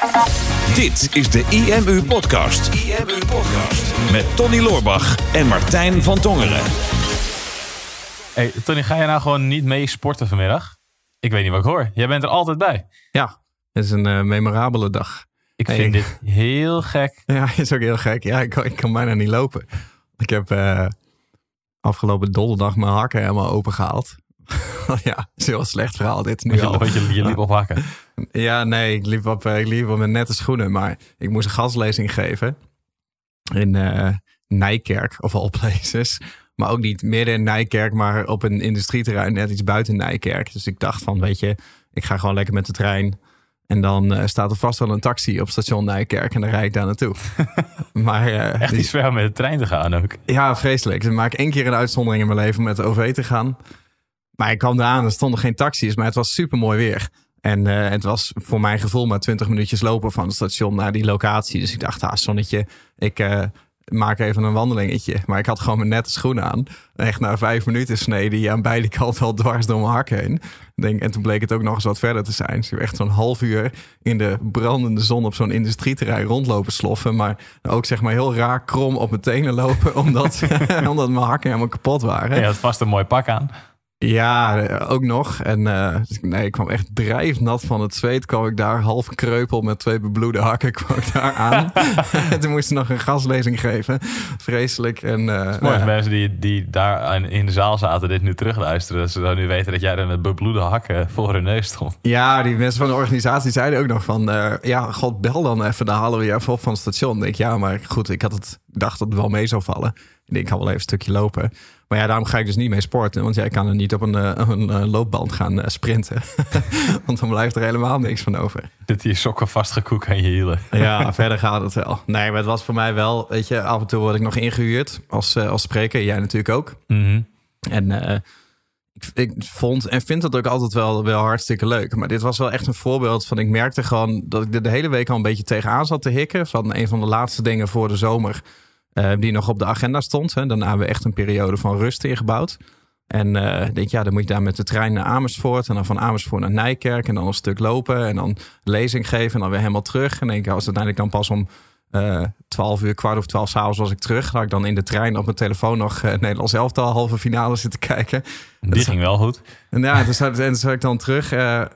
Dit is de IMU Podcast. IMU Podcast. Met Tony Loorbach en Martijn van Tongeren. Hey, Tony, ga je nou gewoon niet mee sporten vanmiddag? Ik weet niet wat ik hoor. Jij bent er altijd bij. Ja, het is een memorabele dag. Ik vind dit heel gek. Ja, het is ook heel gek. Ja, ik kan bijna niet lopen. Ik heb afgelopen donderdag mijn hakken helemaal open gehaald. Ja, het is een heel slecht verhaal dit nu al. Want je liep op hakken. Ja, nee, ik liep op mijn nette schoenen. Maar ik moest een gaslezing geven in Nijkerk, of all places. Maar ook niet midden in Nijkerk, maar op een industrieterrein net iets buiten Nijkerk. Dus ik dacht van, weet je, ik ga gewoon lekker met de trein. En dan staat er vast wel een taxi op station Nijkerk en dan rijd ik daar naartoe. Maar, echt iets ver om met de trein te gaan ook. Ja, vreselijk. Dan maak ik 1 keer een uitzondering in mijn leven om met de OV te gaan. Maar ik kwam eraan, er stonden geen taxis, maar het was super mooi weer. En het was voor mijn gevoel maar 20 minuutjes lopen van het station naar die locatie. Dus ik dacht, zonnetje, ik maak even een wandelingetje. Maar ik had gewoon mijn nette schoenen aan. Echt na 5 minuten sneden die aan beide kanten al dwars door mijn hak heen. En toen bleek het ook nog eens wat verder te zijn. Dus ik heb echt zo'n half uur in de brandende zon op zo'n industrieterrein rondlopen sloffen. Maar ook zeg maar heel raar krom op mijn tenen lopen. Omdat mijn hakken helemaal kapot waren. Je had vast een mooi pak aan. Ja, ook nog. En ik kwam echt drijfnat van het zweet. Kwam ik daar half kreupel met 2 bebloede hakken kwam ik daar aan. En toen moest ik nog een gaslezing geven. Vreselijk. En, mensen die daar in de zaal zaten dit nu terugluisteren. Dat ze dan nu weten dat jij er met bebloede hakken voor hun neus stond. Ja, die mensen van de organisatie zeiden ook nog van... god, bel dan even. Dan halen we je even op van het station. Ik denk, ja, maar goed, ik dacht dat het wel mee zou vallen. Ik kan wel even een stukje lopen. Maar ja, daarom ga ik dus niet mee sporten. Want jij kan er niet op een loopband gaan sprinten. Want dan blijft er helemaal niks van over. Zit je sokken vastgekoekt aan je hielen. Ja, verder gaat het wel. Nee, maar het was voor mij wel... Weet je, af en toe word ik nog ingehuurd als spreker. Jij natuurlijk ook. Mm-hmm. En ik vond en vind het ook altijd wel hartstikke leuk. Maar dit was wel echt een voorbeeld van... Ik merkte gewoon dat ik er de hele week al een beetje tegenaan zat te hikken. Van een van de laatste dingen voor de zomer... die nog op de agenda stond. Hè. Daarna hebben we echt een periode van rust ingebouwd. En denk dan moet je daar met de trein naar Amersfoort. En dan van Amersfoort naar Nijkerk. En dan een stuk lopen. En dan lezing geven. En dan weer helemaal terug. En denk was uiteindelijk dan pas om 12 uur, 11:15 s'avonds was ik terug. Dan had ik dan in de trein op mijn telefoon nog Nederlands elftal halve finale zitten kijken. Die ging wel goed. En ja, toen zat ik dan terug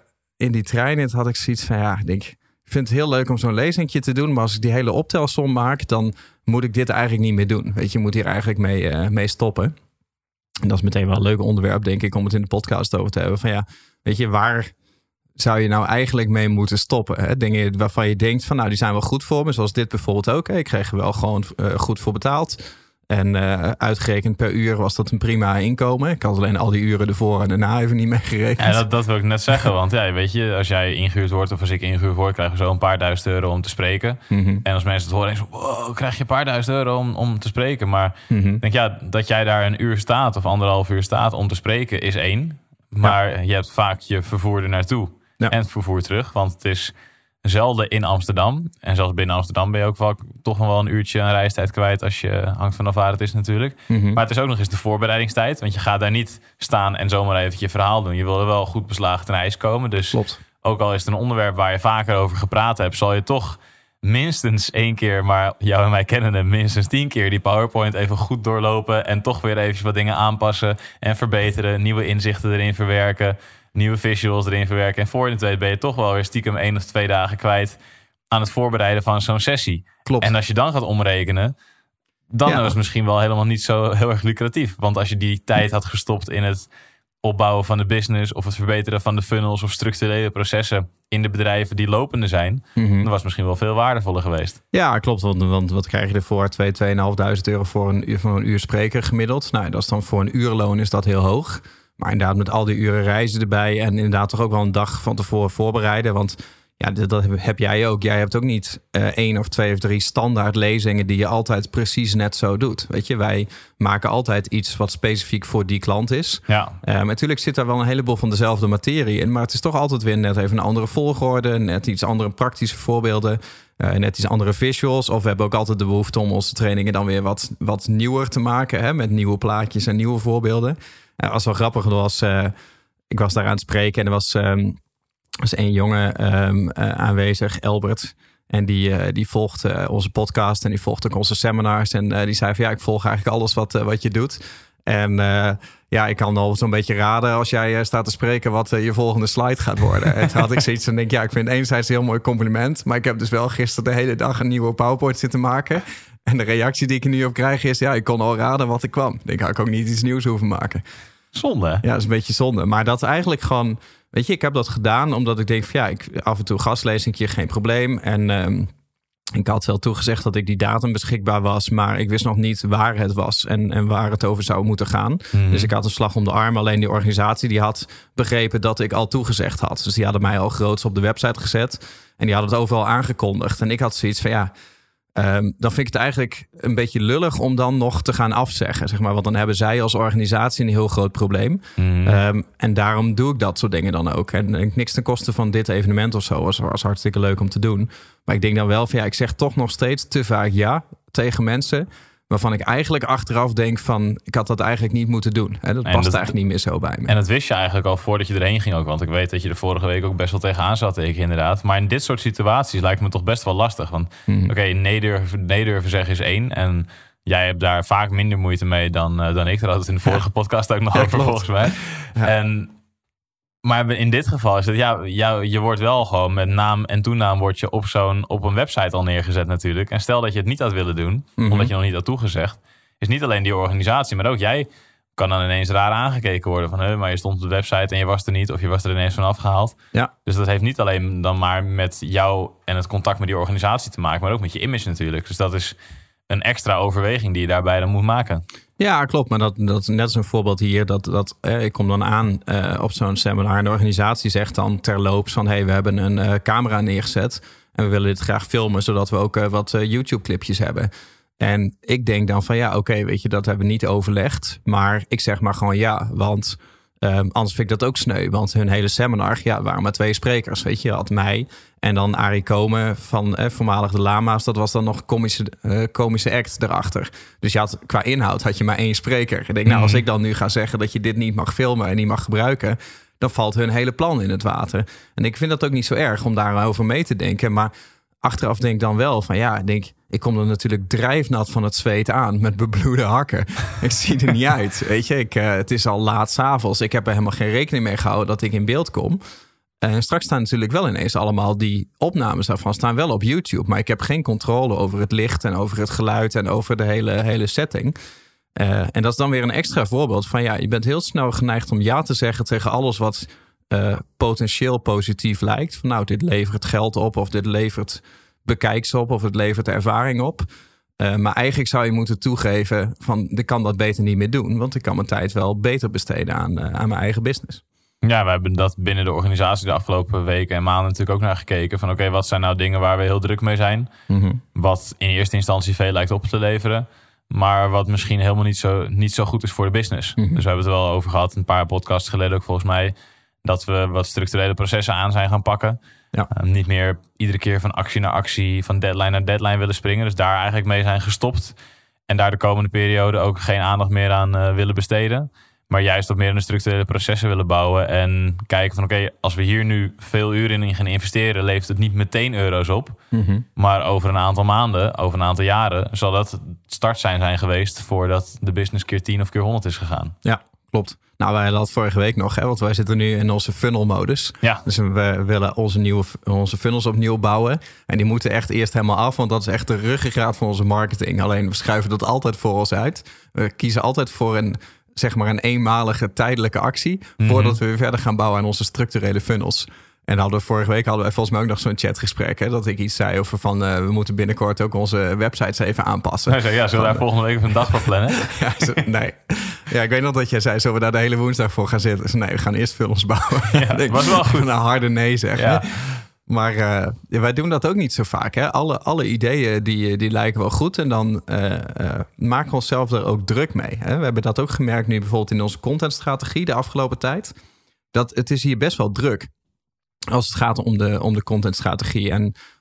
in die trein. En toen had ik zoiets van, ik vind het heel leuk om zo'n lezingje te doen. Maar als ik die hele optelsom maak, dan moet ik dit eigenlijk niet meer doen. Weet je moet hier eigenlijk mee stoppen. En dat is meteen wel een leuk onderwerp, denk ik, om het in de podcast over te hebben. Van weet je, waar zou je nou eigenlijk mee moeten stoppen? Hè? Dingen waarvan je denkt van, die zijn wel goed voor me. Zoals dit bijvoorbeeld ook. Ik kreeg er wel gewoon goed voor betaald. En uitgerekend per uur was dat een prima inkomen. Ik had alleen al die uren ervoor en daarna even niet mee gerekend. Ja, dat wil ik net zeggen. Want weet je, als jij ingehuurd wordt of als ik ingehuurd word... krijgen we zo een paar €1000 om te spreken. Mm-hmm. En als mensen het horen, denken ze... wow, krijg je een paar €1000 om te spreken. Maar denk dat jij daar een uur staat of 1,5 uur staat om te spreken is 1. Maar je hebt vaak je vervoer er naartoe en het vervoer terug. Want het is... zelden in Amsterdam. En zelfs binnen Amsterdam ben je ook wel toch nog wel een uurtje aan reistijd kwijt. Als je hangt vanaf waar het is natuurlijk. Mm-hmm. Maar het is ook nog eens de voorbereidingstijd. Want je gaat daar niet staan en zomaar even je verhaal doen. Je wil er wel goed beslagen ten ijs komen. Dus Klopt. Ook al is het een onderwerp waar je vaker over gepraat hebt... zal je toch minstens 1 keer, maar jou en mij kennende minstens 10 keer... die PowerPoint even goed doorlopen. En toch weer even wat dingen aanpassen en verbeteren. Nieuwe inzichten erin verwerken. Nieuwe visuals erin verwerken. En voor je het weet ben je toch wel weer stiekem 1 of 2 dagen kwijt aan het voorbereiden van zo'n sessie. Klopt. En als je dan gaat omrekenen, dan is het misschien wel helemaal niet zo heel erg lucratief. Want als je die tijd had gestopt in het opbouwen van de business of het verbeteren van de funnels of structurele processen in de bedrijven die lopende zijn, dan was het misschien wel veel waardevoller geweest. Ja, klopt. Want wat krijg je ervoor? €2.500 voor een uur spreken gemiddeld. Nou, dat is dan voor een uurloon is dat heel hoog. Maar inderdaad met al die uren reizen erbij en inderdaad toch ook wel een dag van tevoren voorbereiden. Want ja, dat heb jij ook. Jij hebt ook niet 1 of 2 of 3 standaard lezingen die je altijd precies net zo doet. Weet je, wij maken altijd iets wat specifiek voor die klant is. Ja. Natuurlijk zit daar wel een heleboel van dezelfde materie in. Maar het is toch altijd weer net even een andere volgorde. Net iets andere praktische voorbeelden. Net iets andere visuals. Of we hebben ook altijd de behoefte om onze trainingen dan weer wat nieuwer te maken. Hè, met nieuwe plaatjes en nieuwe voorbeelden. Wat wel grappig was, ik was daar aan het spreken en er was Er is één jongen aanwezig, Albert. En die volgt onze podcast en die volgt ook onze seminars. En die zei van ik volg eigenlijk alles wat je doet. En ik kan al zo'n beetje raden als jij staat te spreken wat je volgende slide gaat worden. En toen had ik zoiets van, ik vind het enerzijds een heel mooi compliment. Maar ik heb dus wel gisteren de hele dag een nieuwe PowerPoint zitten maken. En de reactie die ik er nu op krijg is, ik kon al raden wat ik kwam. Ik had ook niet iets nieuws hoeven maken. Zonde. Ja, dat is een beetje zonde. Maar dat is eigenlijk gewoon, weet je, ik heb dat gedaan omdat ik denk van ik af en toe gastlezingje, geen probleem. En ik had wel toegezegd dat ik die datum beschikbaar was, maar ik wist nog niet waar het was en waar het over zou moeten gaan. Mm-hmm. Dus ik had een slag om de arm. Alleen die organisatie die had begrepen dat ik al toegezegd had. Dus die hadden mij al groots op de website gezet en die hadden het overal aangekondigd. En ik had zoiets van dan vind ik het eigenlijk een beetje lullig om dan nog te gaan afzeggen. Zeg maar. Want dan hebben zij als organisatie een heel groot probleem. Mm. En daarom doe ik dat soort dingen dan ook. En niks ten koste van dit evenement of zo. Was hartstikke leuk om te doen. Maar ik denk dan wel van ik zeg toch nog steeds te vaak ja tegen mensen waarvan ik eigenlijk achteraf denk van ik had dat eigenlijk niet moeten doen. Dat past eigenlijk niet meer zo bij me. En dat wist je eigenlijk al voordat je erheen ging ook. Want ik weet dat je er vorige week ook best wel tegenaan zat inderdaad. Maar in dit soort situaties lijkt me toch best wel lastig. Want nee durven zeggen is 1. En jij hebt daar vaak minder moeite mee dan ik. Daar had het in de vorige podcast ook nog over klopt. Volgens mij. Ja. Maar in dit geval is het, je wordt wel gewoon met naam en toenaam word je op een website al neergezet natuurlijk. En stel dat je het niet had willen doen, omdat je nog niet had toegezegd, is niet alleen die organisatie, maar ook jij kan dan ineens raar aangekeken worden van, maar je stond op de website en je was er niet, of je was er ineens van afgehaald. Ja. Dus dat heeft niet alleen dan maar met jou en het contact met die organisatie te maken, maar ook met je image natuurlijk. Dus dat is een extra overweging die je daarbij dan moet maken. Ja, klopt. Maar dat is net als een voorbeeld hier. Ik kom dan aan op zo'n seminar. En de organisatie zegt dan terloops van we hebben een camera neergezet. En we willen dit graag filmen, zodat we ook wat YouTube-clipjes hebben. En ik denk dan van oké, weet je, dat hebben we niet overlegd. Maar ik zeg maar gewoon ja, want anders vind ik dat ook sneu. Want hun hele seminar, waren maar 2 sprekers. Weet je, had mij en dan Arie Komen van voormalig de Lama's. Dat was dan nog komische act erachter. Dus qua inhoud had je maar 1 spreker. Ik denk, als ik dan nu ga zeggen dat je dit niet mag filmen en niet mag gebruiken, dan valt hun hele plan in het water. En ik vind dat ook niet zo erg om daarover mee te denken. Maar achteraf denk ik dan wel van ik kom er natuurlijk drijfnat van het zweet aan met bebloede hakken. Ik zie er niet uit, weet je. Het is al laat 's avonds. Ik heb er helemaal geen rekening mee gehouden dat ik in beeld kom. En straks staan natuurlijk wel ineens allemaal die opnames daarvan staan wel op YouTube. Maar ik heb geen controle over het licht en over het geluid en over de hele setting. En dat is dan weer een extra voorbeeld van je bent heel snel geneigd om ja te zeggen tegen alles wat potentieel positief lijkt. Van dit levert geld op of dit levert bekijks op of het levert ervaring op. Maar eigenlijk zou je moeten toegeven van ik kan dat beter niet meer doen. Want ik kan mijn tijd wel beter besteden aan mijn eigen business. Ja, we hebben dat binnen de organisatie de afgelopen weken en maanden natuurlijk ook naar gekeken. Van oké, wat zijn nou dingen waar we heel druk mee zijn? Mm-hmm. Wat in eerste instantie veel lijkt op te leveren. Maar wat misschien helemaal niet zo goed is voor de business. Mm-hmm. Dus we hebben het er wel over gehad, een paar podcasts geleden ook volgens mij, dat we wat structurele processen aan zijn gaan pakken. Ja. Niet meer iedere keer van actie naar actie, van deadline naar deadline willen springen. Dus daar eigenlijk mee zijn gestopt. En daar de komende periode ook geen aandacht meer aan willen besteden. Maar juist wat meer in de structurele processen willen bouwen. En kijken van oké, als we hier nu veel uren in gaan investeren, levert het niet meteen euro's op. Mm-hmm. Maar over een aantal maanden, over een aantal jaren, zal dat het startsein zijn geweest voordat de business keer 10 of keer 100 is gegaan. Ja, klopt. Nou, wij hadden dat vorige week nog, want wij zitten nu in onze funnel-modus. Ja. Dus we willen onze funnels opnieuw bouwen. En die moeten echt eerst helemaal af, want dat is echt de ruggengraat van onze marketing. Alleen we schuiven dat altijd voor ons uit. We kiezen altijd voor een eenmalige tijdelijke actie, voordat we weer verder gaan bouwen aan onze structurele funnels. En vorige week hadden we volgens mij ook nog zo'n chatgesprek, dat ik iets zei over van we moeten binnenkort ook onze websites even aanpassen. Ja, zullen we daar volgende week even een dag van plannen? Nee. Ja, ik weet nog dat jij zei, zullen we daar de hele woensdag voor gaan zitten? Dus nee, we gaan eerst funnels bouwen. Ja, dat was wel goed. Een harde nee zeggen. Ja. Maar wij doen dat ook niet zo vaak. Hè? Alle ideeën die lijken wel goed. En dan maken we onszelf er ook druk mee. Hè? We hebben dat ook gemerkt nu bijvoorbeeld in onze contentstrategie de afgelopen tijd. Dat het is hier best wel druk als het gaat om de contentstrategie. En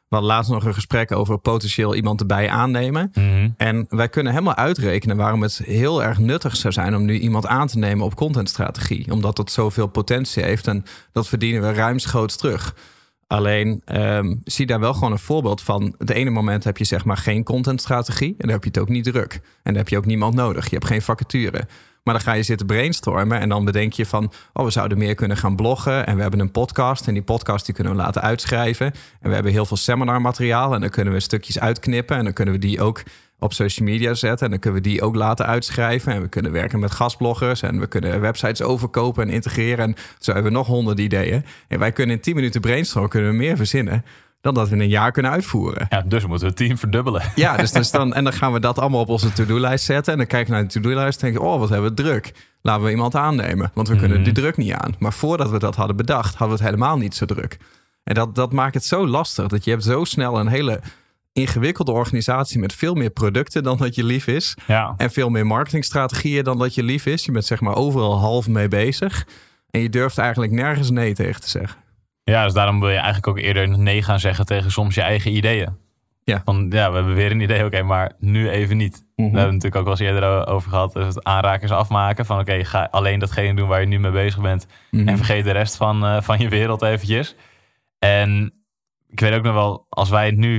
We hadden laatst nog een gesprek over potentieel iemand erbij aannemen. Mhm. En wij kunnen helemaal uitrekenen waarom het heel erg nuttig zou zijn om nu iemand aan te nemen op contentstrategie. Omdat dat zoveel potentie heeft en dat verdienen we ruimschoots terug. Alleen zie daar wel gewoon een voorbeeld van. Het ene moment heb je zeg maar geen contentstrategie en dan heb je het ook niet druk. En dan heb je ook niemand nodig. Je hebt geen vacature. Maar dan ga je zitten brainstormen en dan bedenk je van... we zouden meer kunnen gaan bloggen en we hebben een podcast... en die podcast die kunnen we laten uitschrijven. En we hebben heel veel seminarmateriaal en dan kunnen we stukjes uitknippen... en dan kunnen we die ook op social media zetten... en dan kunnen we die ook laten uitschrijven... en we kunnen werken met gastbloggers... en we kunnen websites overkopen en integreren... en zo hebben we nog 100 ideeën. En wij kunnen in 10 minuten brainstormen kunnen we meer verzinnen... dan dat we in een jaar kunnen uitvoeren. Ja, dus moeten we het team verdubbelen. Ja, dus dan gaan we dat allemaal op onze to-do-lijst zetten. En dan kijken we naar de to-do-lijst en denken... wat hebben we druk. Laten we iemand aannemen. Want we kunnen die druk niet aan. Maar voordat we dat hadden bedacht... hadden we het helemaal niet zo druk. En dat maakt het zo lastig. Dat je hebt zo snel een hele ingewikkelde organisatie... met veel meer producten dan dat je lief is. Ja. En veel meer marketingstrategieën dan dat je lief is. Je bent zeg maar overal half mee bezig. En je durft eigenlijk nergens nee tegen te zeggen. Ja, dus daarom wil je eigenlijk ook eerder nee gaan zeggen tegen soms je eigen ideeën. Ja. Van ja, we hebben weer een idee, oké, maar nu even niet. Mm-hmm. Daar hebben we natuurlijk ook wel eens eerder over gehad. Dus het aanrakers afmaken van oké, ga alleen datgene doen waar je nu mee bezig bent. Mm-hmm. En vergeet de rest van je wereld eventjes. En ik weet ook nog wel, als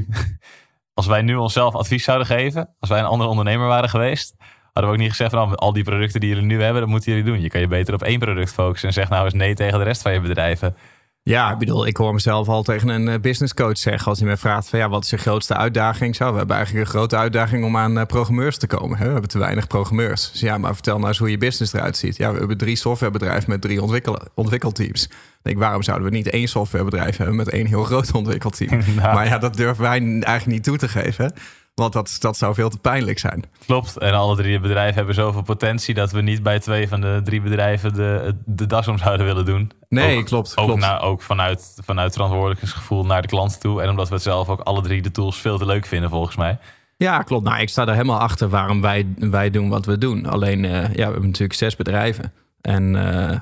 wij nu onszelf advies zouden geven, als wij een andere ondernemer waren geweest, hadden we ook niet gezegd van al die producten die jullie nu hebben, dat moeten jullie doen. Je kan je beter op 1 product focussen en zeg nou eens nee tegen de rest van je bedrijven. Ja, ik bedoel, ik hoor mezelf al tegen een business coach zeggen... als hij mij vraagt van wat is je grootste uitdaging? We hebben eigenlijk een grote uitdaging om aan programmeurs te komen. Hè? We hebben te weinig programmeurs. Dus ja, maar vertel nou eens hoe je business eruit ziet. Ja, we hebben 3 softwarebedrijven met 3 ontwikkelteams. Ik denk, waarom zouden we niet 1 softwarebedrijf hebben... met 1 heel groot ontwikkelteam? Nou. Maar ja, dat durven wij eigenlijk niet toe te geven... Want dat zou veel te pijnlijk zijn. Klopt. En alle 3 bedrijven hebben zoveel potentie... dat we niet bij 2 van de 3 bedrijven de das om zouden willen doen. Nee, ook, klopt. Ook vanuit verantwoordelijkheidsgevoel naar de klant toe. En omdat we het zelf ook alle 3 de tools veel te leuk vinden volgens mij. Ja, klopt. Nou, ik sta er helemaal achter waarom wij doen wat we doen. Alleen, we hebben natuurlijk 6 bedrijven. En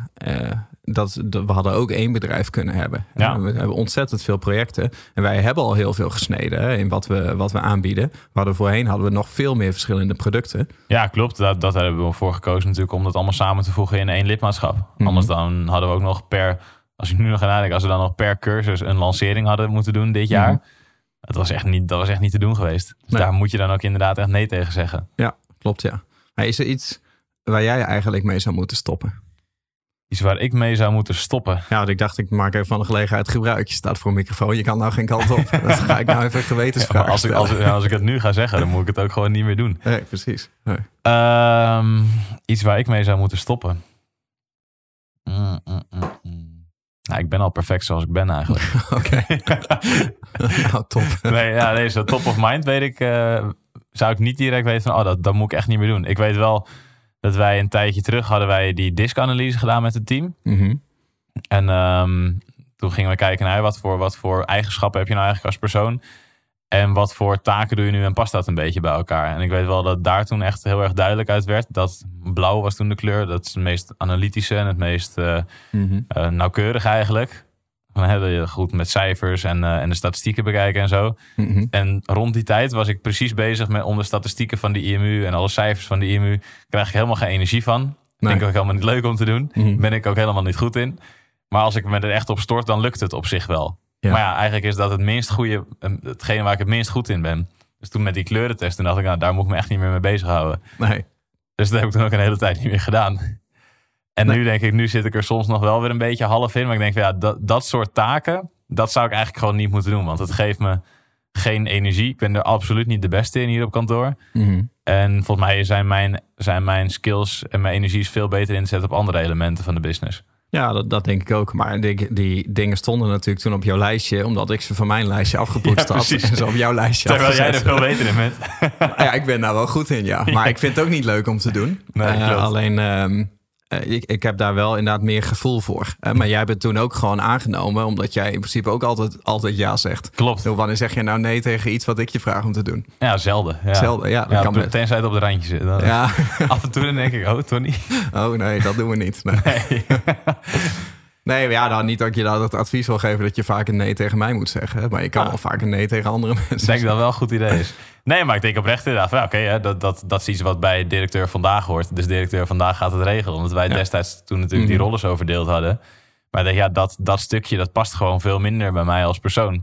we hadden ook 1 bedrijf kunnen hebben. Ja. We hebben ontzettend veel projecten. En wij hebben al heel veel gesneden in wat we aanbieden. Voorheen hadden we nog veel meer verschillende producten. Ja, klopt. Dat hebben we voor gekozen natuurlijk om dat allemaal samen te voegen in 1 lidmaatschap. Mm-hmm. Anders dan hadden we ook nog als ik nu nog ga nadenken, als we dan nog per cursus een lancering hadden moeten doen dit jaar. Mm-hmm. Dat was echt niet te doen geweest. Dus nee. Daar moet je dan ook inderdaad echt nee tegen zeggen. Ja, klopt ja. Maar is er iets waar jij eigenlijk mee zou moeten stoppen? Iets waar ik mee zou moeten stoppen. Ja, want ik dacht, ik maak even van de gelegenheid gebruik. Je staat voor een microfoon, je kan nou geen kant op. Dat ga ik nou even gewetensvraag stellen. Als ik het nu ga zeggen, dan moet ik het ook gewoon niet meer doen. Nee, precies. Nee. Iets waar ik mee zou moeten stoppen. Nou, ik ben al perfect zoals ik ben eigenlijk. Oké. Nou, top. Nee, zo top of mind weet ik. Zou ik niet direct weten van, dat moet ik echt niet meer doen. Ik weet wel dat wij een tijdje terug hadden wij die DISC-analyse gedaan met het team. Mm-hmm. En toen gingen we kijken naar wat voor eigenschappen heb je nou eigenlijk als persoon. En wat voor taken doe je nu en past dat een beetje bij elkaar. En ik weet wel dat daar toen echt heel erg duidelijk uit werd. Dat blauw was toen de kleur. Dat is het meest analytische en het meest nauwkeurig eigenlijk. Dan heb je goed met cijfers en de statistieken bekijken en zo. Mm-hmm. En rond die tijd was ik precies bezig om de statistieken van de IMU en alle cijfers van de IMU. Krijg ik helemaal geen energie van. Nee. Vind ik ook helemaal niet leuk om te doen. Mm-hmm. Ben ik ook helemaal niet goed in. Maar als ik me er echt op stort, dan lukt het op zich wel. Ja. Maar ja, eigenlijk is dat hetgene waar ik het minst goed in ben. Dus toen met die kleurentest, toen dacht ik, daar moet ik me echt niet meer mee bezighouden. Nee. Dus dat heb ik toen ook een hele tijd niet meer gedaan. En nu denk ik, nu zit ik er soms nog wel weer een beetje half in. Maar ik denk, dat soort taken, dat zou ik eigenlijk gewoon niet moeten doen. Want het geeft me geen energie. Ik ben er absoluut niet de beste in hier op kantoor. Mm-hmm. En volgens mij zijn mijn skills en mijn energie veel beter in te zetten op andere elementen van de business. Ja, dat denk ik ook. Maar die dingen stonden natuurlijk toen op jouw lijstje, omdat ik ze van mijn lijstje afgepoetst had. En ze op jouw lijstje terwijl afgezet. Jij er veel beter in bent. Ja, ik ben daar wel goed in, ja. Maar ik vind het ook niet leuk om te doen. Nee, alleen, ik heb daar wel inderdaad meer gevoel voor. Maar jij bent toen ook gewoon aangenomen, omdat jij in principe ook altijd ja zegt. Klopt. Dus wanneer zeg je nou nee tegen iets wat ik je vraag om te doen? Ja, zelden. Ja. Zelden, ja. Dat kan tenzij het op de randje zit. Dan af en toe dan denk ik, Tony. Oh nee, dat doen we niet. Nee. Nee, maar ja, nou, niet dat ik je dat het advies wil geven dat je vaak een nee tegen mij moet zeggen. Maar je kan wel vaak een nee tegen andere mensen. Ik denk dat wel een goed idee is. Nee, maar ik denk oprecht inderdaad van oké, dat is iets wat bij directeur Vandaag hoort. Dus directeur Vandaag gaat het regelen. Omdat wij destijds toen natuurlijk die rollen zo verdeeld hadden. Maar ik denk, dat stukje, dat past gewoon veel minder bij mij als persoon.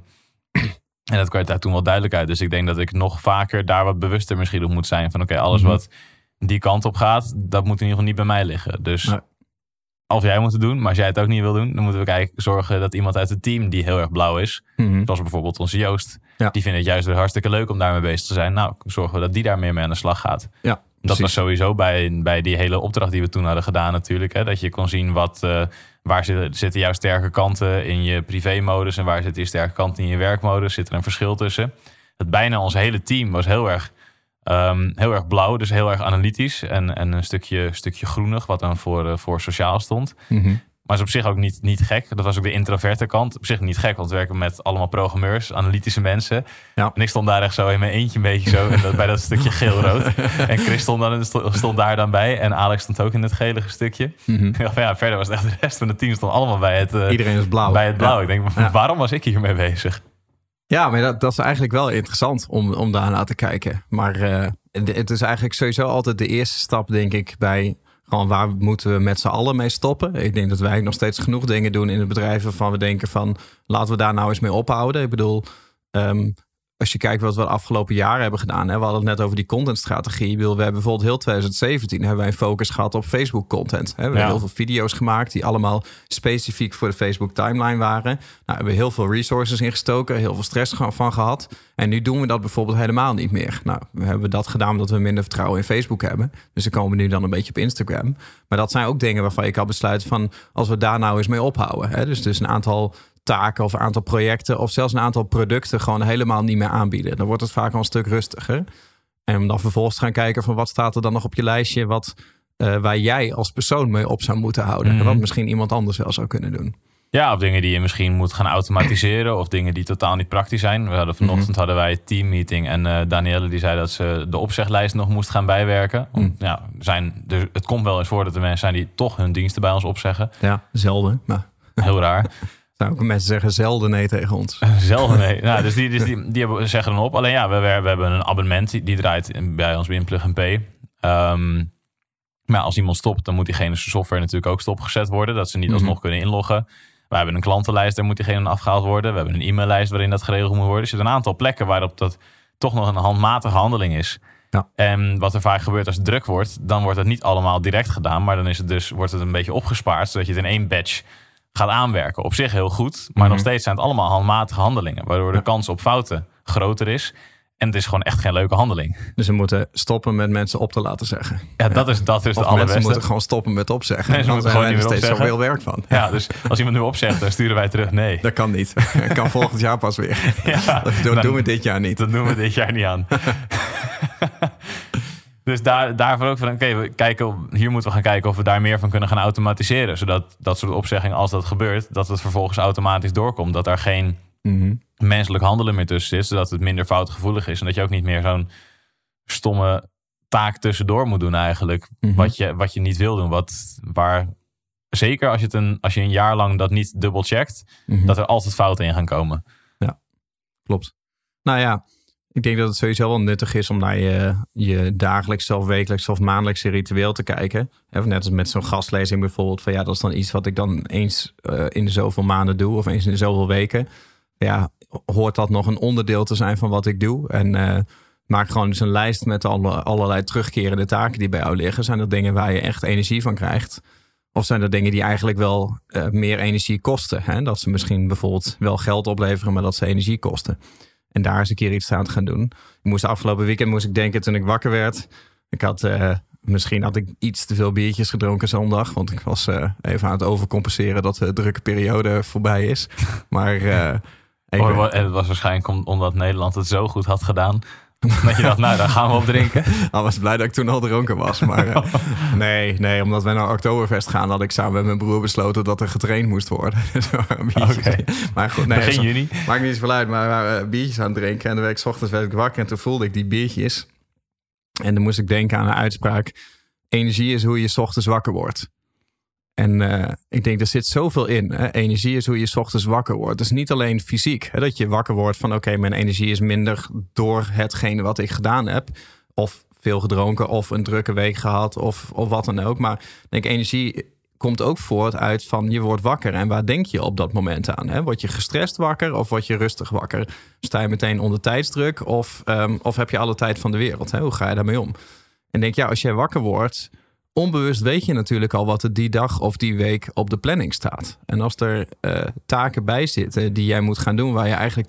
En dat kwam daar toen wel duidelijk uit. Dus ik denk dat ik nog vaker daar wat bewuster misschien op moet zijn. Van oké, alles wat die kant op gaat, dat moet in ieder geval niet bij mij liggen. Dus als jij moet het doen, maar als jij het ook niet wil doen, dan moeten we zorgen dat iemand uit het team die heel erg blauw is, zoals bijvoorbeeld onze Joost, die vindt het juist weer hartstikke leuk om daarmee bezig te zijn. Nou, zorgen we dat die daar meer mee aan de slag gaat. Ja, dat was sowieso bij die hele opdracht die we toen hadden gedaan natuurlijk. Hè, dat je kon zien waar zitten jouw sterke kanten in je privémodus en waar zitten je sterke kanten in je werkmodus. Zit er een verschil tussen. Dat bijna ons hele team was heel erg blauw, dus heel erg analytisch. En een stukje groenig, wat dan voor sociaal stond. Maar is op zich ook niet gek. Dat was ook de introverte kant. Op zich niet gek, want we werken met allemaal programmeurs, analytische mensen. Ja. En ik stond daar echt zo in mijn eentje een beetje zo. En bij dat stukje geel-rood. En Chris stond daar dan bij. En Alex stond ook in het gelige stukje. Verder was het echt de rest van het team stond allemaal bij het iedereen is blauw. Bij het blauw. Ik denk, waarom was ik hiermee bezig? Ja, maar dat is eigenlijk wel interessant om daarna te kijken. Maar het is eigenlijk sowieso altijd de eerste stap, denk ik, bij gewoon waar moeten we met z'n allen mee stoppen. Ik denk dat wij nog steeds genoeg dingen doen in het bedrijf waarvan we denken van laten we daar nou eens mee ophouden. Ik bedoel, als je kijkt wat we de afgelopen jaren hebben gedaan. Hè, we hadden het net over die contentstrategie. We hebben bijvoorbeeld heel 2017 hebben wij een focus gehad op Facebook content. Hè. We hebben heel veel video's gemaakt die allemaal specifiek voor de Facebook timeline waren. Nou, we hebben heel veel resources ingestoken, heel veel stress van gehad. En nu doen we dat bijvoorbeeld helemaal niet meer. Nou, we hebben dat gedaan omdat we minder vertrouwen in Facebook hebben. Dus dan komen we nu dan een beetje op Instagram. Maar dat zijn ook dingen waarvan je kan besluiten van als we daar nou eens mee ophouden. Hè. Dus een aantal taken of een aantal projecten of zelfs een aantal producten gewoon helemaal niet meer aanbieden. Dan wordt het vaak al een stuk rustiger. En om dan vervolgens te gaan kijken van wat staat er dan nog op je lijstje waar jij als persoon mee op zou moeten houden. En wat misschien iemand anders wel zou kunnen doen. Ja, of dingen die je misschien moet gaan automatiseren of dingen die totaal niet praktisch zijn. Vanochtend hadden wij een teammeeting en Danielle die zei dat ze de opzeglijst nog moest gaan bijwerken. Want, het komt wel eens voor dat er mensen zijn die toch hun diensten bij ons opzeggen. Ja, zelden. Maar heel raar. Zou ook mensen zeggen zelden nee tegen ons. Zelden nee. Nou, dus die zeggen dan op. Alleen we hebben een abonnement die draait bij ons binnen Plug & Pay. Maar als iemand stopt, dan moet diegene zijn software natuurlijk ook stopgezet worden. Dat ze niet alsnog kunnen inloggen. We hebben een klantenlijst, daar moet diegene afgehaald worden. We hebben een e-maillijst waarin dat geregeld moet worden. Dus er zitten een aantal plekken waarop dat toch nog een handmatige handeling is. Ja. En wat er vaak gebeurt als het druk wordt, dan wordt het niet allemaal direct gedaan. Maar dan wordt het een beetje opgespaard, zodat je het in één batch gaat aanwerken. Op zich heel goed, maar nog steeds zijn het allemaal handmatige handelingen. Waardoor de kans op fouten groter is. En het is gewoon echt geen leuke handeling. Dus we moeten stoppen met mensen op te laten zeggen. Ja, dat is de allerbeste. Mensen moeten gewoon stoppen met opzeggen. Nee, ze moeten gewoon niet meer opzeggen. Er steeds zoveel werk van. Ja, dus als iemand nu opzegt, dan sturen wij terug nee. Dat kan niet. Dat kan volgend jaar pas weer. Ja, dat doen we dit jaar niet. Dat doen we dit jaar niet aan. Dus daarvoor ook van, hier moeten we gaan kijken of we daar meer van kunnen gaan automatiseren. Zodat dat soort opzeggingen, als dat gebeurt, dat het vervolgens automatisch doorkomt. Dat daar geen menselijk handelen meer tussen zit. Zodat het minder foutgevoelig is. En dat je ook niet meer zo'n stomme taak tussendoor moet doen eigenlijk. Wat je niet wil doen. Zeker als je een jaar lang dat niet dubbel checkt. Dat er altijd fouten in gaan komen. Ja, klopt. Nou ja. Ik denk dat het sowieso wel nuttig is om naar je dagelijkse of wekelijkse of maandelijkse ritueel te kijken. Net als met zo'n gastlezing bijvoorbeeld. Van dat is dan iets wat ik dan eens in de zoveel maanden doe of eens in de zoveel weken. Ja, hoort dat nog een onderdeel te zijn van wat ik doe. En maak gewoon dus een lijst met allerlei terugkerende taken die bij jou liggen. Zijn er dingen waar je echt energie van krijgt? Of zijn er dingen die eigenlijk wel meer energie kosten? Hè? Dat ze misschien bijvoorbeeld wel geld opleveren, maar dat ze energie kosten. En daar eens een keer iets aan te gaan doen. Afgelopen weekend denken toen ik wakker werd. Misschien had ik iets te veel biertjes gedronken zondag. Want ik was even aan het overcompenseren dat de drukke periode voorbij is. Maar het was waarschijnlijk omdat Nederland het zo goed had gedaan. Dat je dacht, nou, daar gaan we op drinken. Ik was blij dat ik toen al dronken was. Maar nee, omdat wij naar Oktoberfest gaan, had ik samen met mijn broer besloten dat er getraind moest worden. Okay. Maar goed, begin juni. Maakt niet zoveel uit, maar we waren biertjes aan het drinken. En de ochtends werd ik wakker en toen voelde ik die biertjes. En dan moest ik denken aan een uitspraak. Energie is hoe je 's ochtends wakker wordt. En ik denk, er zit zoveel in. Hè? Energie is hoe je 's ochtends wakker wordt. Dus niet alleen fysiek. Hè? Dat je wakker wordt van oké, mijn energie is minder door hetgene wat ik gedaan heb. Of veel gedronken of een drukke week gehad of wat dan ook. Maar ik denk, energie komt ook voort uit van je wordt wakker. En waar denk je op dat moment aan? Hè? Word je gestrest wakker of word je rustig wakker? Sta je meteen onder tijdsdruk of heb je alle tijd van de wereld? Hè? Hoe ga je daarmee om? En denk, als jij wakker wordt, onbewust weet je natuurlijk al wat er die dag of die week op de planning staat. En als er taken bij zitten die jij moet gaan doen waar je eigenlijk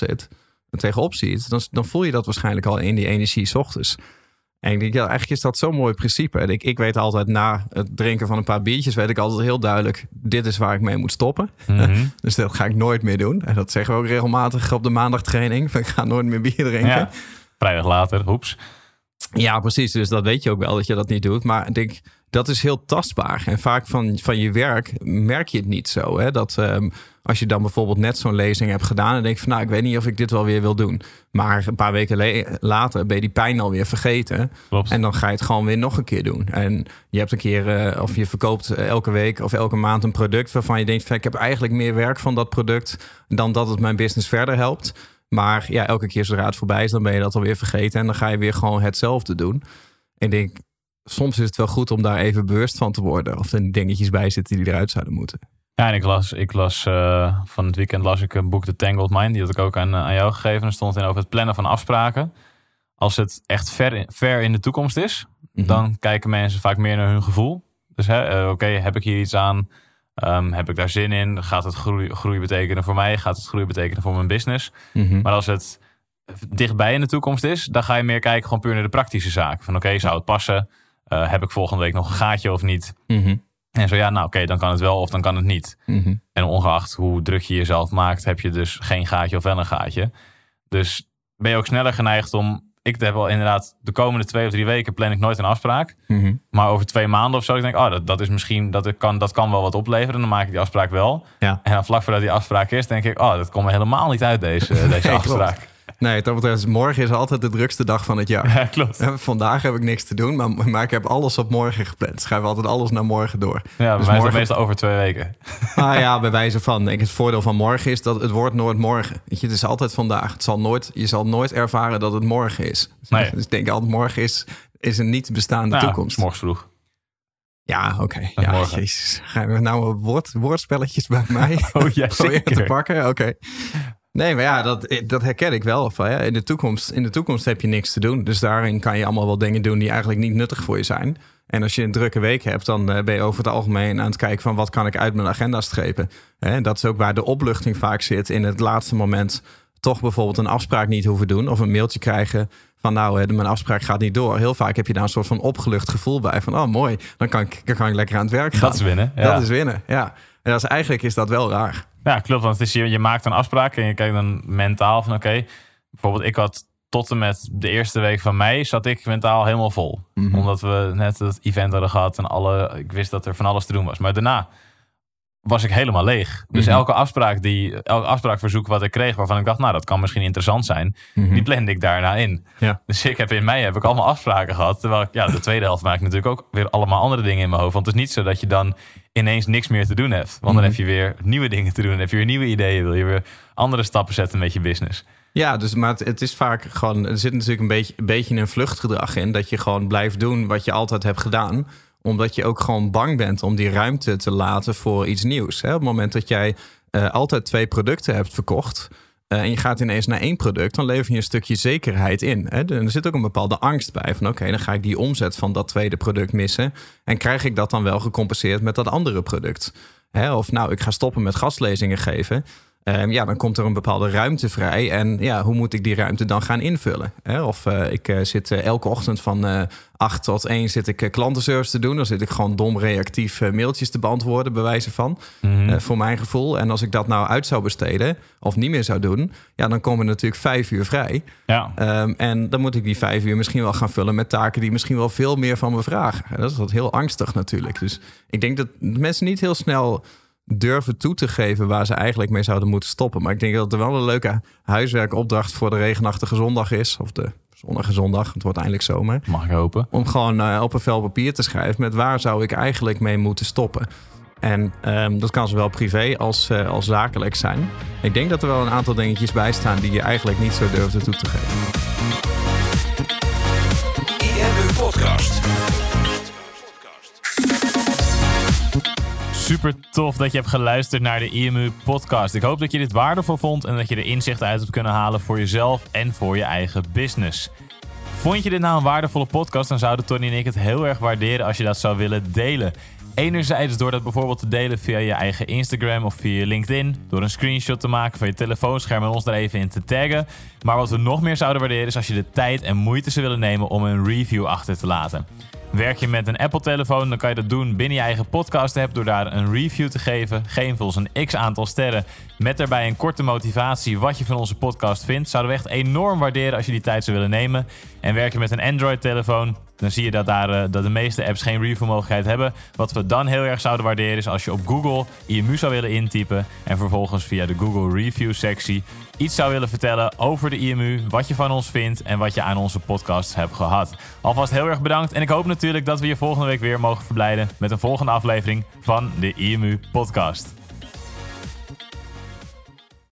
tegenop ziet, dan voel je dat waarschijnlijk al in die energie 's ochtends. En ik denk, eigenlijk is dat zo'n mooi principe. En ik weet altijd na het drinken van een paar biertjes, weet ik altijd heel duidelijk, dit is waar ik mee moet stoppen. Mm-hmm. Dus dat ga ik nooit meer doen. En dat zeggen we ook regelmatig op de maandagtraining. Ik ga nooit meer bier drinken. Ja, vrijdag later, hoeps. Ja, precies. Dus dat weet je ook wel dat je dat niet doet. Maar ik denk, dat is heel tastbaar. En vaak van je werk merk je het niet zo. Hè? Dat als je dan bijvoorbeeld net zo'n lezing hebt gedaan en denk van, ik weet niet of ik dit wel weer wil doen. Maar een paar weken later ben je die pijn alweer vergeten. Klopt. En dan ga je het gewoon weer nog een keer doen. En je hebt een keer, of je verkoopt elke week of elke maand een product waarvan je denkt van, ik heb eigenlijk meer werk van dat product dan dat het mijn business verder helpt. Maar elke keer zodra het voorbij is, dan ben je dat alweer vergeten. En dan ga je weer gewoon hetzelfde doen. En ik denk, soms is het wel goed om daar even bewust van te worden. Of er dingetjes bij zitten die eruit zouden moeten. Ja, en ik las van het weekend las ik een boek The Tangled Mind. Die had ik ook aan jou gegeven. Er stond in over het plannen van afspraken. Als het echt ver in de toekomst is, dan kijken mensen vaak meer naar hun gevoel. Dus oké, heb ik hier iets aan? Heb ik daar zin in? Gaat het groei betekenen voor mij? Gaat het groei betekenen voor mijn business? Mm-hmm. Maar als het dichtbij in de toekomst is, dan ga je meer kijken gewoon puur naar de praktische zaak. Van oké, zou het passen? Heb ik volgende week nog een gaatje of niet? Mm-hmm. En zo dan kan het wel of dan kan het niet. Mm-hmm. En ongeacht hoe druk je jezelf maakt, heb je dus geen gaatje of wel een gaatje. Dus ben je ook sneller geneigd om... Ik heb wel inderdaad de komende 2 of 3 weken plan ik nooit een afspraak. Mm-hmm. Maar over 2 maanden of zo, ik denk, dat is misschien, dat kan wel wat opleveren. Dan maak ik die afspraak wel. Ja. En dan vlak voordat die afspraak is, denk ik, dat komt me helemaal niet uit deze afspraak. Klopt. Nee, dat betreft, morgen is altijd de drukste dag van het jaar. Ja, klopt. Vandaag heb ik niks te doen, maar ik heb alles op morgen gepland. Schrijf altijd alles naar morgen door. Ja, dus bij mij is het meestal over 2 weken. Bij wijze van. Het voordeel van morgen is dat het wordt nooit morgen. Weet je, het is altijd vandaag. Je zal nooit ervaren dat het morgen is. Nee. Dus ik denk altijd, morgen is een niet bestaande toekomst. Morgens vroeg. Ja, oké. Ja, jezus. Gaan we nou woordspelletjes bij mij zeker. te pakken? Oké. Nee, maar dat herken ik wel. Van, in de toekomst heb je niks te doen. Dus daarin kan je allemaal wel dingen doen die eigenlijk niet nuttig voor je zijn. En als je een drukke week hebt, dan ben je over het algemeen aan het kijken van wat kan ik uit mijn agenda strepen. Dat is ook waar de opluchting vaak zit. In het laatste moment toch bijvoorbeeld een afspraak niet hoeven doen. Of een mailtje krijgen van mijn afspraak gaat niet door. Heel vaak heb je daar een soort van opgelucht gevoel bij. Van mooi, dan kan ik lekker aan het werk gaan. Dat is winnen. Ja. Dat is winnen, ja. En eigenlijk is dat wel raar. Ja, klopt. Want het is, je maakt een afspraak en je kijkt dan mentaal van oké, bijvoorbeeld ik had tot en met de eerste week van mei zat ik mentaal helemaal vol. Mm-hmm. Omdat we net het event hadden gehad en ik wist dat er van alles te doen was. Maar daarna was ik helemaal leeg. Dus elke afspraakverzoek wat ik kreeg waarvan ik dacht, dat kan misschien interessant zijn, die plande ik daarna in. Ja. Dus in mei heb ik allemaal afspraken gehad. Terwijl de tweede helft maak ik natuurlijk ook weer allemaal andere dingen in mijn hoofd. Want het is niet zo dat je dan ineens niks meer te doen hebt. Want dan heb je weer nieuwe dingen te doen. Dan heb je weer nieuwe ideeën. Wil je weer andere stappen zetten met je business. Ja, maar het is vaak gewoon... Er zit natuurlijk een beetje een vluchtgedrag in. Dat je gewoon blijft doen wat je altijd hebt gedaan. Omdat je ook gewoon bang bent om die ruimte te laten voor iets nieuws. Op het moment dat jij altijd 2 producten hebt verkocht en je gaat ineens naar 1 product, dan lever je een stukje zekerheid in. Er zit ook een bepaalde angst bij. Van oké, dan ga ik die omzet van dat tweede product missen. En krijg ik dat dan wel gecompenseerd met dat andere product? Of ik ga stoppen met gastlezingen geven. Dan komt er een bepaalde ruimte vrij. En hoe moet ik die ruimte dan gaan invullen? Of ik zit elke ochtend van 8 tot 1 zit ik klantenservice te doen. Dan zit ik gewoon dom reactief mailtjes te beantwoorden, bij wijze van. Voor mijn gevoel. En als ik dat nou uit zou besteden of niet meer zou doen, dan komen er natuurlijk 5 uur vrij. Ja. En dan moet ik die 5 uur misschien wel gaan vullen met taken die misschien wel veel meer van me vragen. Dat is wat heel angstig natuurlijk. Dus ik denk dat mensen niet heel snel durven toe te geven waar ze eigenlijk mee zouden moeten stoppen. Maar ik denk dat er wel een leuke huiswerkopdracht voor de regenachtige zondag is. Of de zonnige zondag, het wordt eindelijk zomer. Mag ik hopen. Om gewoon op een vel papier te schrijven met waar zou ik eigenlijk mee moeten stoppen. En dat kan zowel privé als zakelijk zijn. Ik denk dat er wel een aantal dingetjes bij staan die je eigenlijk niet zo durfde toe te geven. IMU Podcast. Super tof dat je hebt geluisterd naar de IMU podcast. Ik hoop dat je dit waardevol vond en dat je er inzichten uit hebt kunnen halen voor jezelf en voor je eigen business. Vond je dit nou een waardevolle podcast, dan zouden Tony en ik het heel erg waarderen als je dat zou willen delen. Enerzijds door dat bijvoorbeeld te delen via je eigen Instagram of via je LinkedIn. Door een screenshot te maken van je telefoonscherm en ons daar even in te taggen. Maar wat we nog meer zouden waarderen is als je de tijd en moeite zou willen nemen om een review achter te laten. Werk je met een Apple-telefoon, dan kan je dat doen binnen je eigen podcast-app door daar een review te geven. Geef ons een x-aantal sterren met daarbij een korte motivatie wat je van onze podcast vindt. Zouden we echt enorm waarderen als je die tijd zou willen nemen. En werk je met een Android-telefoon, dan zie je dat de meeste apps geen review-mogelijkheid hebben. Wat we dan heel erg zouden waarderen is als je op Google IMU zou willen intypen en vervolgens via de Google Review-sectie iets zou willen vertellen over de IMU, wat je van ons vindt en wat je aan onze podcast hebt gehad. Alvast heel erg bedankt en ik hoop natuurlijk dat we je volgende week weer mogen verblijden met een volgende aflevering van de IMU podcast.